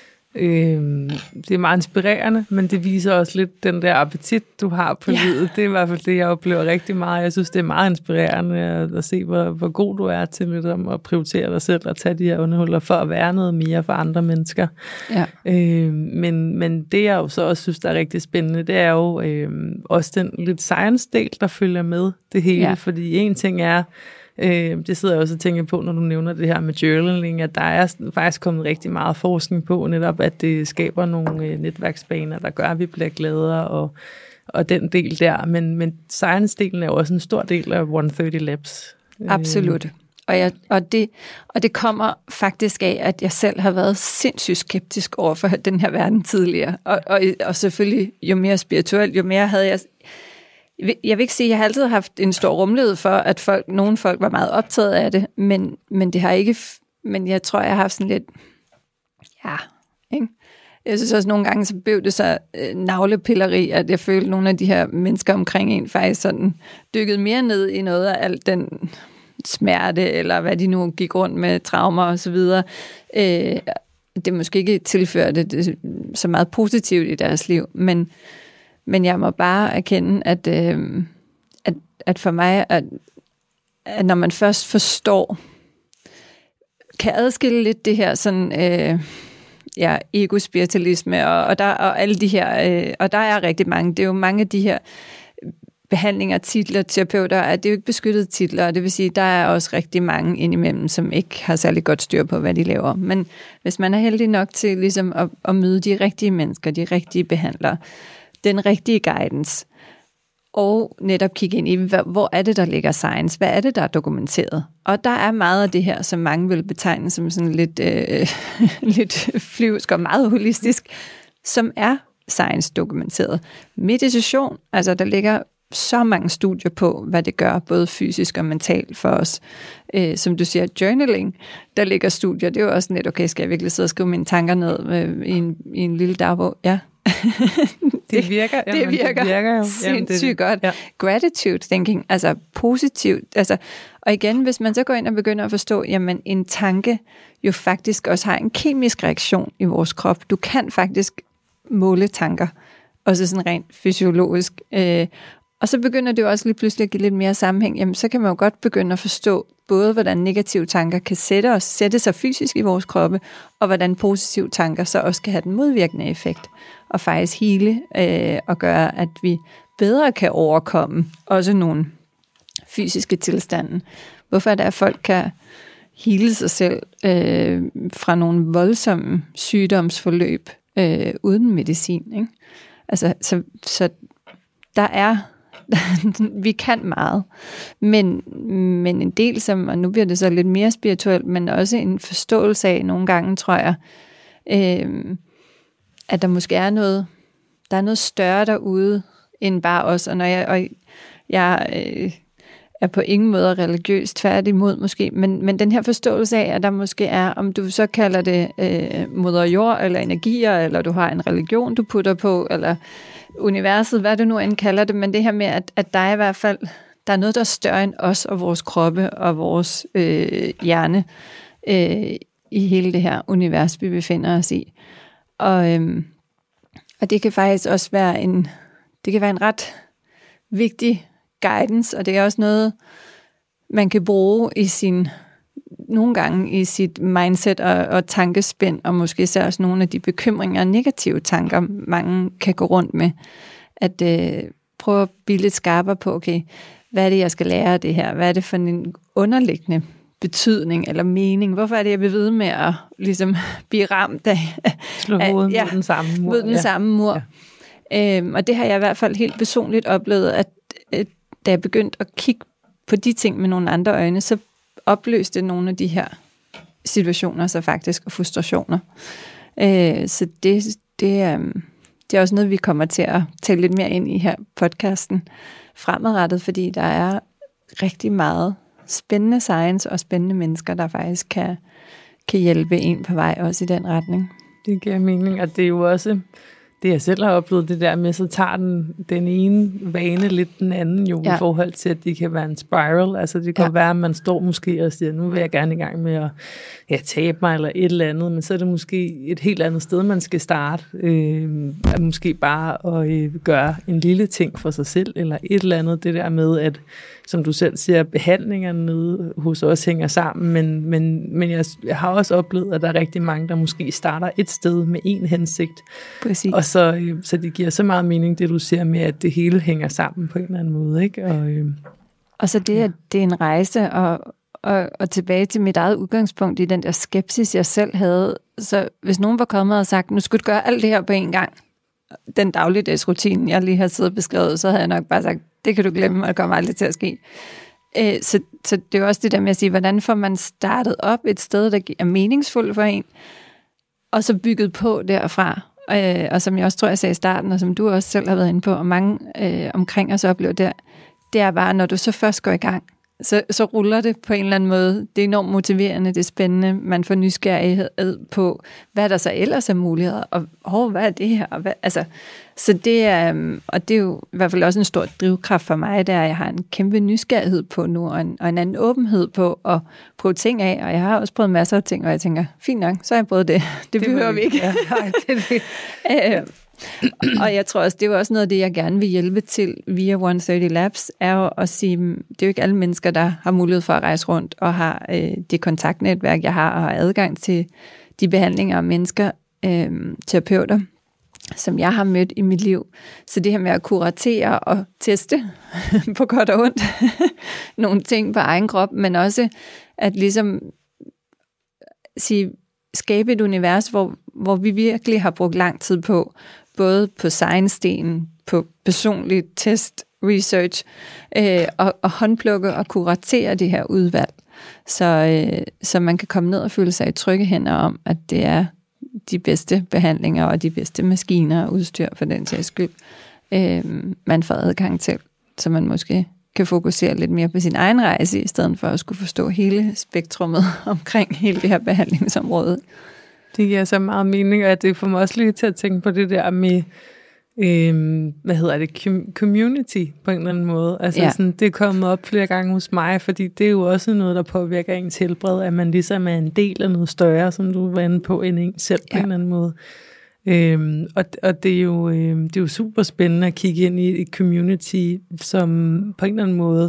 meget inspirerende, men det viser også lidt den der appetit, du har på livet. Det er i hvert fald det, jeg oplever rigtig meget. Jeg synes, det er meget inspirerende at se, hvor god du er til lidt at prioritere dig selv og tage de her underhuller for at være noget mere for andre mennesker. Ja. Men det, jeg jo så også synes, der er rigtig spændende, det er jo også den lidt science-del, der følger med det hele. Fordi en ting er, det sidder jeg også og tænker på, når du nævner det her med journaling, at der er faktisk kommet rigtig meget forskning på, netop at det skaber nogle netværksbaner, der gør, at vi bliver gladere, og den del der. Men science-delen er jo også en stor del af 130 Labs. Absolut. Og det kommer faktisk af, at jeg selv har været sindssygt skeptisk over for den her verden tidligere. Og selvfølgelig, jo mere spirituelt, jo mere havde jeg... Jeg vil ikke sige, at jeg har altid haft en stor rummelighed for, at nogle folk var meget optaget af det, men det har ikke... Men jeg tror, jeg har haft sådan lidt... ikke? Jeg synes også, nogle gange så blev det så navlepilleri, at jeg følte, at nogle af de her mennesker omkring en faktisk sådan dykkede mere ned i noget af alt den smerte, eller hvad de nu gik rundt med, traumer og så videre. Det måske ikke tilførte det så meget positivt i deres liv, men jeg må bare erkende, at for mig, at når man først forstår, kan adskille lidt det her sådan, egospiritualisme, og alle de her, og der er rigtig mange, det er jo mange af de her behandlinger, titler, terapeuter, at det er jo ikke beskyttede titler, og det vil sige, der er også rigtig mange indimellem, som ikke har særlig godt styr på, hvad de laver. Men hvis man er heldig nok til ligesom at møde de rigtige mennesker, de rigtige behandlere, den rigtige guidance, og netop kigge ind i, hvor er det, der ligger science? Hvad er det, der er dokumenteret? Og der er meget af det her, som mange vil betegne som sådan lidt flyvsk og meget holistisk, som er science dokumenteret. Meditation, altså der ligger så mange studier på, hvad det gør, både fysisk og mentalt for os. Som du siger, journaling, der ligger studier, det er jo også lidt, okay, skal jeg virkelig sidde og skrive mine tanker ned i en lille dagbog? Ja. Det virker. Det virker jo sindssygt godt. Ja. Gratitude thinking, altså positivt. Altså, og igen, hvis man så går ind og begynder at forstå, jamen en tanke jo faktisk også har en kemisk reaktion i vores krop. Du kan faktisk måle tanker, også sådan rent fysiologisk. Og så begynder det jo også lige pludselig at give lidt mere sammenhæng. Jamen, så kan man jo godt begynde at forstå både, hvordan negative tanker kan sætte sig fysisk i vores kroppe, og hvordan positive tanker så også kan have den modvirkende effekt, og faktisk hele og gøre, at vi bedre kan overkomme også nogle fysiske tilstande. Hvorfor er det, at folk kan hele sig selv fra nogle voldsomme sygdomsforløb uden medicin, ikke? Altså, så der er vi kan meget, men en del som, og nu bliver det så lidt mere spirituelt, men også en forståelse af nogle gange, tror jeg, at der måske er noget større derude, end bare os, og jeg er på ingen måde religiøs, tværtimod måske, men den her forståelse af, at der måske er, om du så kalder det moder jord, eller energier, eller du har en religion, du putter på, eller universet, hvad du nu end kalder det, men det her med, at der er i hvert fald, der er noget, der er større end os, og vores kroppe, og vores hjerne, i hele det her univers, vi befinder os i. Og det kan faktisk også være en ret vigtig guidance, og det er også noget, man kan bruge nogle gange i sit mindset og tankespænd, og måske især også nogle af de bekymringer og negative tanker, mange kan gå rundt med, at prøve at blive lidt skarpere på, okay, hvad er det, jeg skal lære af det her? Hvad er det for en underliggende betydning eller mening? Hvorfor er det, jeg vil vide med at ligesom blive ramt af... Slå hovedet mod den samme mur. Mod den samme mur. Ja. Og det har jeg i hvert fald helt personligt oplevet, at da jeg begyndte at kigge på de ting med nogle andre øjne, så opløste nogle af de her situationer så faktisk, og frustrationer. Så det er også noget, vi kommer til at tale lidt mere ind i her podcasten fremadrettet, fordi der er rigtig meget spændende science og spændende mennesker, der faktisk kan hjælpe en på vej også i den retning. Det giver mening, og det er jo også det, jeg selv har oplevet, det der med, så tager den ene vane lidt den anden jo, i forhold til, at det kan være en spiral. Altså det kan være, at man står måske og siger, nu vil jeg gerne i gang med at tabe mig, eller et eller andet, men så er det måske et helt andet sted, man skal starte. Måske bare at gøre en lille ting for sig selv, eller et eller andet, det der med, at som du selv siger, behandlingerne nede hos os hænger sammen, men jeg har også oplevet, at der er rigtig mange, der måske starter et sted med en hensigt. Præcis. Og så det giver så meget mening, det du siger med, at det hele hænger sammen på en eller anden måde, ikke? Og så det, at det er en rejse, og tilbage til mit eget udgangspunkt i den der skepsis, jeg selv havde. Så hvis nogen var kommet og sagt, nu skulle du gøre alt det her på en gang, den dagligdagsrutine, jeg lige har siddet og beskrevet, så havde jeg nok bare sagt, det kan du glemme, og det kommer aldrig til at ske. Så det er også det der med at sige, hvordan får man startet op et sted, der er meningsfuldt for en, og så bygget på derfra. Og som jeg også tror, jeg sagde i starten, og som du også selv har været inde på, og mange omkring os oplever det er bare, når du så først går i gang, så ruller det på en eller anden måde. Det er enormt motiverende, det er spændende. Man får nysgerrighed på, hvad der så ellers er muligheder, og hvad er det her? Og så det er, og det er jo i hvert fald også en stor drivkraft for mig, der jeg har en kæmpe nysgerrighed på nu, og en anden åbenhed på at prøve ting af, og jeg har også prøvet masser af ting, og jeg tænker, fint nok, så har jeg prøvet det. Det behøver vi ikke. Ja, og jeg tror også, det er jo også noget af det, jeg gerne vil hjælpe til via 130 Labs, er jo at sige, det er jo ikke alle mennesker, der har mulighed for at rejse rundt og har det kontaktnetværk, jeg har, og har adgang til de behandlinger af mennesker, terapeuter, som jeg har mødt i mit liv. Så det her med at kuratere og teste på godt og ondt nogle ting på egen krop, men også at ligesom skabe et univers, hvor vi virkelig har brugt lang tid på, både på science-delen, på personlig test, research, og håndplukke og kuratere det her udvalg, så man kan komme ned og føle sig i trygge hænder om, at det er de bedste behandlinger og de bedste maskiner og udstyr for den sags skyld, man får adgang til, så man måske kan fokusere lidt mere på sin egen rejse, i stedet for at skulle forstå hele spektrummet omkring hele det her behandlingsområde. Det giver så meget mening, og det får mig også lige til at tænke på det der med, community på en eller anden måde. Altså sådan, det er kommet op flere gange hos mig, fordi det er jo også noget, der påvirker ens helbred, at man ligesom er en del af noget større, som du var inde på, end en selv på en eller anden måde. Og det er jo super spændende at kigge ind i et community, som på en eller anden måde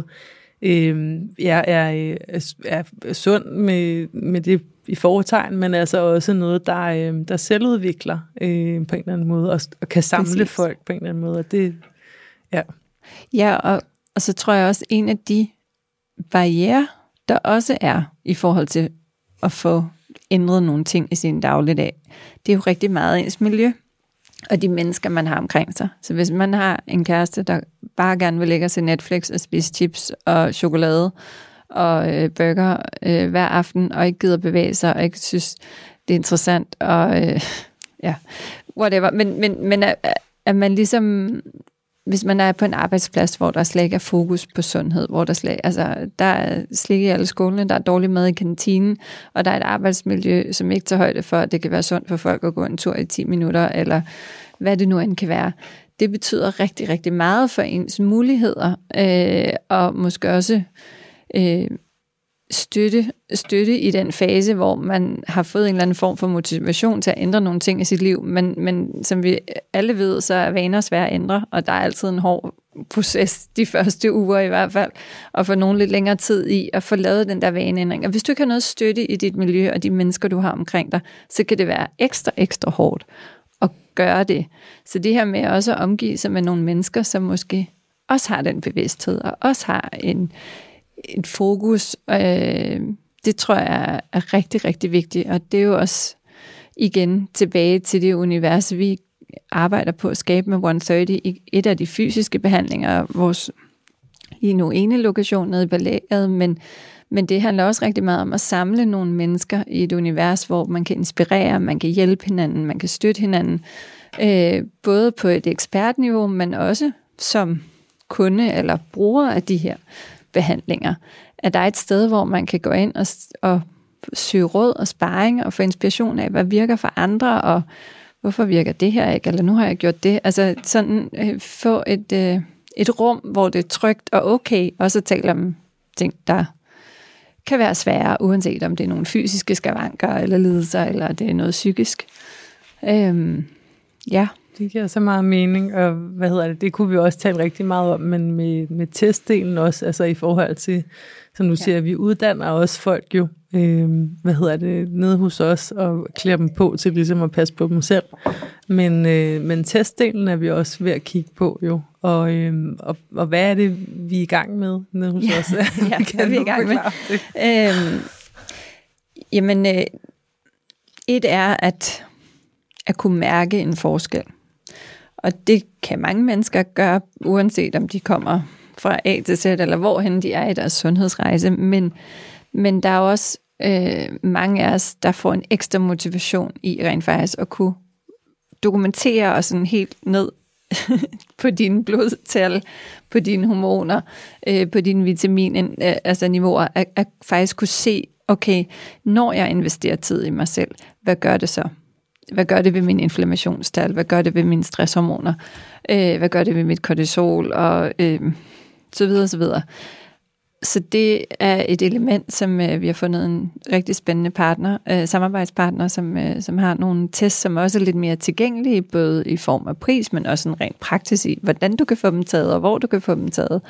er sund med det i foretegn, men altså også noget, der selvudvikler på en eller anden måde, og kan samle folk på en eller anden måde. Og det, og så tror jeg også, en af de barrierer, der også er i forhold til at få ændret nogle ting i sin dagligdag, det er jo rigtig meget ens miljø, og de mennesker, man har omkring sig. Så hvis man har en kæreste, der bare gerne vil lægge sig Netflix og spise chips og chokolade og burger hver aften, og ikke gider bevæge sig, og ikke synes, det er interessant, og whatever. Men at man ligesom, hvis man er på en arbejdsplads, hvor der slet ikke er fokus på sundhed, hvor der er slik i alle skolerne, der er dårlig mad i kantinen, og der er et arbejdsmiljø, som ikke tager højde for, at det kan være sundt for folk at gå en tur i 10 minutter, eller hvad det nu end kan være. Det betyder rigtig, rigtig meget for ens muligheder, og måske også støtte i den fase, hvor man har fået en eller anden form for motivation til at ændre nogle ting i sit liv, men som vi alle ved, så er vaner svære at ændre, og der er altid en hård proces, de første uger i hvert fald, og få nogen lidt længere tid i at få lavet den der vaneændring. Og hvis du ikke har noget støtte i dit miljø og de mennesker, du har omkring dig, så kan det være ekstra hårdt at gøre det. Så det her med også at omgive sig med nogle mennesker, som måske også har den bevidsthed, og også har et fokus. Det tror jeg er rigtig, rigtig vigtigt, og det er jo også igen tilbage til det univers, vi arbejder på at skabe med 130 i et af de fysiske behandlinger, vores lige nu ene lokation nede i Ballæret, men det handler også rigtig meget om at samle nogle mennesker i et univers, hvor man kan inspirere, man kan hjælpe hinanden, man kan støtte hinanden, både på et ekspertniveau, men også som kunde eller bruger af de her behandlinger. At der er et sted, hvor man kan gå ind og søge råd og sparring og få inspiration af, hvad virker for andre, og hvorfor virker det her ikke, eller nu har jeg gjort det. Altså sådan få et rum, hvor det er trygt og okay, og så tale om ting, der kan være svære, uanset om det er nogle fysiske skavanker, eller lidelser, eller det er noget psykisk. Ja. Det giver så meget mening, og det kunne vi også tale rigtig meget om, men med testdelen også, altså i forhold til, som du siger, vi uddanner også folk jo, nede hos os, og klæder dem på til ligesom at passe på dem selv. Men testdelen er vi også ved at kigge på jo, og hvad er det, vi er i gang med nede hos os? Ja, hvad er vi i gang med? Et er at kunne mærke en forskel. Og det kan mange mennesker gøre, uanset om de kommer fra A til Z, eller hvorhen de er i deres sundhedsrejse. Men der er også mange af os, der får en ekstra motivation i rent faktisk at kunne dokumentere og sådan helt ned på dine blodtal, på dine hormoner, på dine vitaminniveauer, at faktisk kunne se, okay, når jeg investerer tid i mig selv, hvad gør det så? Hvad gør det ved min inflammationstal? Hvad gør det ved mine stresshormoner? Hvad gør det ved mit kortisol? Og så videre, så videre. Så det er et element, som vi har fundet en rigtig spændende samarbejdspartner, som har nogle tests, som også er lidt mere tilgængelige, både i form af pris, men også en rent praksis i, hvordan du kan få dem taget, og hvor du kan få dem taget.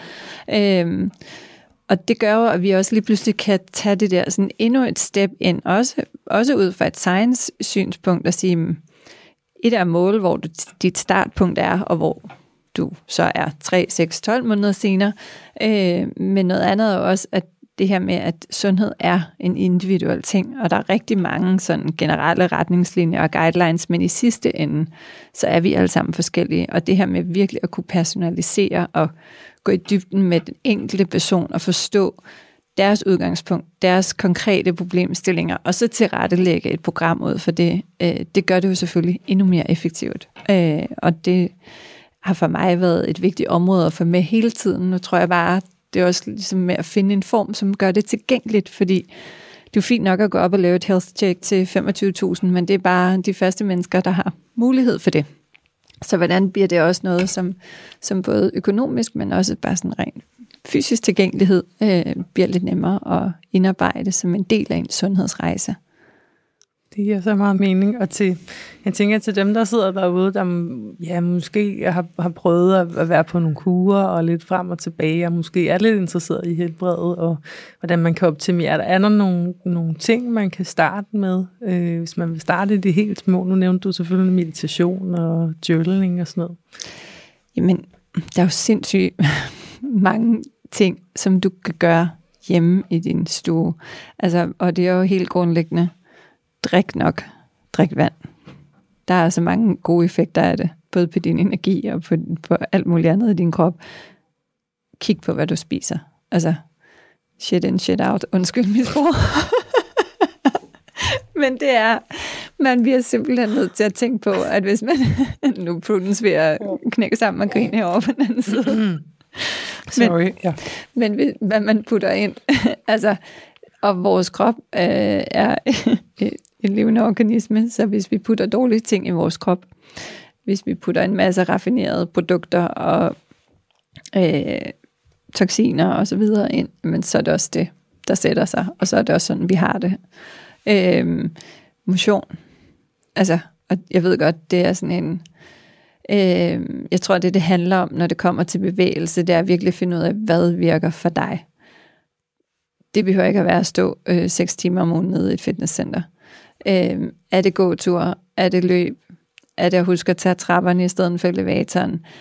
Og det gør jo, at vi også lige pludselig kan tage det der sådan endnu et step ind, også ud fra et science-synspunkt, og sige, et er mål, hvor dit startpunkt er, og hvor du så er 3, 6, 12 måneder senere. Men noget andet er også, at det her med, at sundhed er en individuel ting, og der er rigtig mange sådan generelle retningslinjer og guidelines, men i sidste ende, så er vi alle sammen forskellige, og det her med virkelig at kunne personalisere og gå i dybden med den enkelte person og forstå deres udgangspunkt, deres konkrete problemstillinger, og så tilrettelægge et program ud for det. Det gør det jo selvfølgelig endnu mere effektivt. Og det har for mig været et vigtigt område at få med hele tiden. Nu tror jeg bare, det er også ligesom med at finde en form, som gør det tilgængeligt, fordi det er jo fint nok at gå op og lave et health check til 25.000, men det er bare de første mennesker, der har mulighed for det. Så hvordan bliver det også noget, som både økonomisk, men også bare sådan rent fysisk tilgængelighed, bliver lidt nemmere at indarbejde som en del af en sundhedsrejse. Det giver så meget mening, og jeg tænker til dem, der sidder derude, der måske har prøvet at være på nogle kurer og lidt frem og tilbage, og måske er lidt interesseret i helbredet, og hvordan man kan optimere. Er der nogle ting, man kan starte med, hvis man vil starte i de helt små? Nu nævnte du selvfølgelig meditation og journaling og sådan noget. Jamen, der er jo sindssygt mange ting, som du kan gøre hjemme i din stue. Altså, og det er jo helt grundlæggende. Drik nok. Drik vand. Der er så mange gode effekter af det, både på din energi og på alt muligt andet i din krop. Kig på, hvad du spiser. Altså, shit in, shit out. Undskyld mit sprog. Men det er, man bliver simpelthen nødt til at tænke på, at hvis man, nu Prudence ved at knække sammen og grine herovre på den anden side. Sorry, ja. Men hvad man putter ind, altså, og vores krop er en levende organisme, så hvis vi putter dårlige ting i vores krop, hvis vi putter en masse raffinerede produkter og toksiner og så videre ind, men så er det også det, der sætter sig, og så er det også sådan, vi har det. Motion. Altså, og jeg ved godt, det er sådan en jeg tror, det handler om, når det kommer til bevægelse, det er at virkelig finde ud af, hvad virker for dig. Det behøver ikke at være at stå 6 timer om ugen nede i et fitnesscenter. Er det gåtur? Er det løb? Er det at huske at tage trapperne i stedet for elevatoren?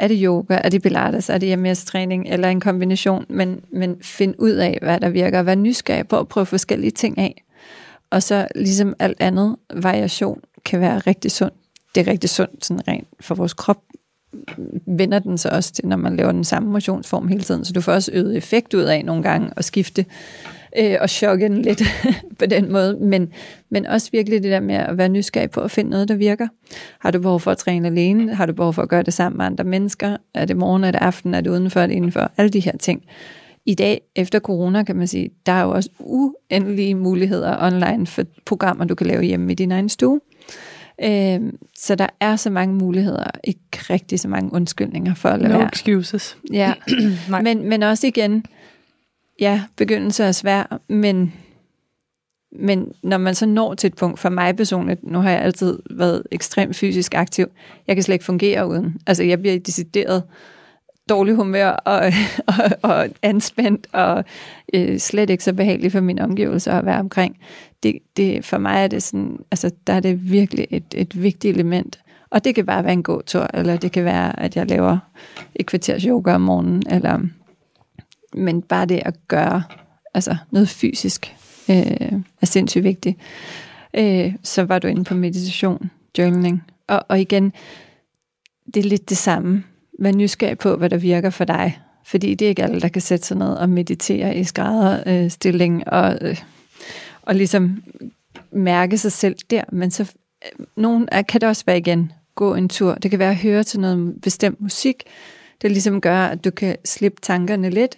er det yoga, er det pilates, er det hjemmestræning, eller en kombination, men find ud af, hvad der virker, og vær nysgerrig på at prøve forskellige ting af. Og så ligesom alt andet, variation kan være rigtig sund. Det er rigtig sundt sådan rent for vores krop. Vender den så også til, når man laver den samme motionsform hele tiden, så du får også øget effekt ud af nogle gange at skifte og chokke den lidt på den måde, men også virkelig det der med at være nysgerrig på at finde noget, der virker. Har du behov for at træne alene? Har du behov for at gøre det sammen med andre mennesker? Er det morgen, er det aften, er det udenfor, er det indenfor? Alle de her ting. I dag, efter corona, kan man sige, der er jo også uendelige muligheder online for programmer, du kan lave hjemme i din egen stue. Så der er så mange muligheder, ikke rigtig så mange undskyldninger for at lade være. No excuses. Ja, men også igen, ja, begyndelse er svær, men når man så når til et punkt, for mig personligt, nu har jeg altid været ekstremt fysisk aktiv, jeg kan slet ikke fungere uden. Altså jeg bliver decideret dårlig humør og anspændt og slet ikke så behageligt for mine omgivelser at være omkring. Det for mig er det sådan, altså der er det virkelig et vigtigt element. Og det kan bare være en gåtur, eller det kan være, at jeg laver et kvarters yoga om morgenen, men bare det at gøre altså noget fysisk er sindssygt vigtigt. Så var du inde på meditation, journaling, og igen, det er lidt det samme. Vær nysgerrig på, hvad der virker for dig. Fordi det er ikke alle, der kan sætte sig ned og meditere i skrædderstilling og ligesom mærke sig selv der. Men så nogen kan det også være igen, gå en tur. Det kan være at høre til noget bestemt musik. Det ligesom gør, at du kan slippe tankerne lidt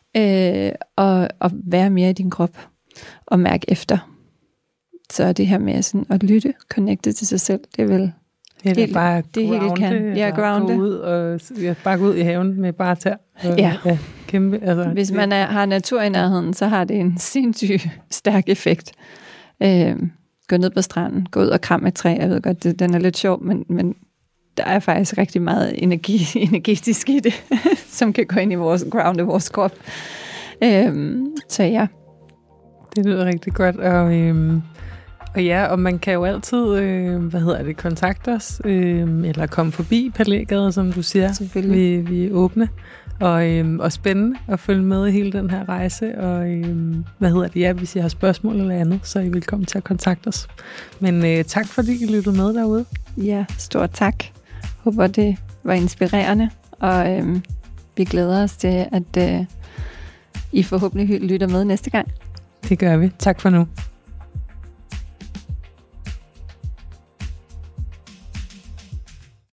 og være mere i din krop og mærke efter. Så det her med sådan at lytte, connecte til sig selv, det er vel Eller bare grounde. Gå ud og bare gå ud i haven med bare tær. Kæmpe. Altså, hvis man har natur i nærheden, så har det en sindssygt stærk effekt. Gå ned på stranden, gå ud og kramme et træ. Jeg ved godt, den er lidt sjov, men der er faktisk rigtig meget energetisk i det, som kan gå ind i vores ground og vores krop. Så ja. Det lyder rigtig godt, og ja, og man kan jo altid, kontakte os, eller komme forbi Palægade, som du siger. Vi er åbne, og spændende at følge med i hele den her rejse, og hvis I har spørgsmål eller andet, så er I velkommen til at kontakte os. Men tak fordi I lyttede med derude. Ja, stort tak. Håber det var inspirerende, og vi glæder os til, at I forhåbentlig lytter med næste gang. Det gør vi. Tak for nu.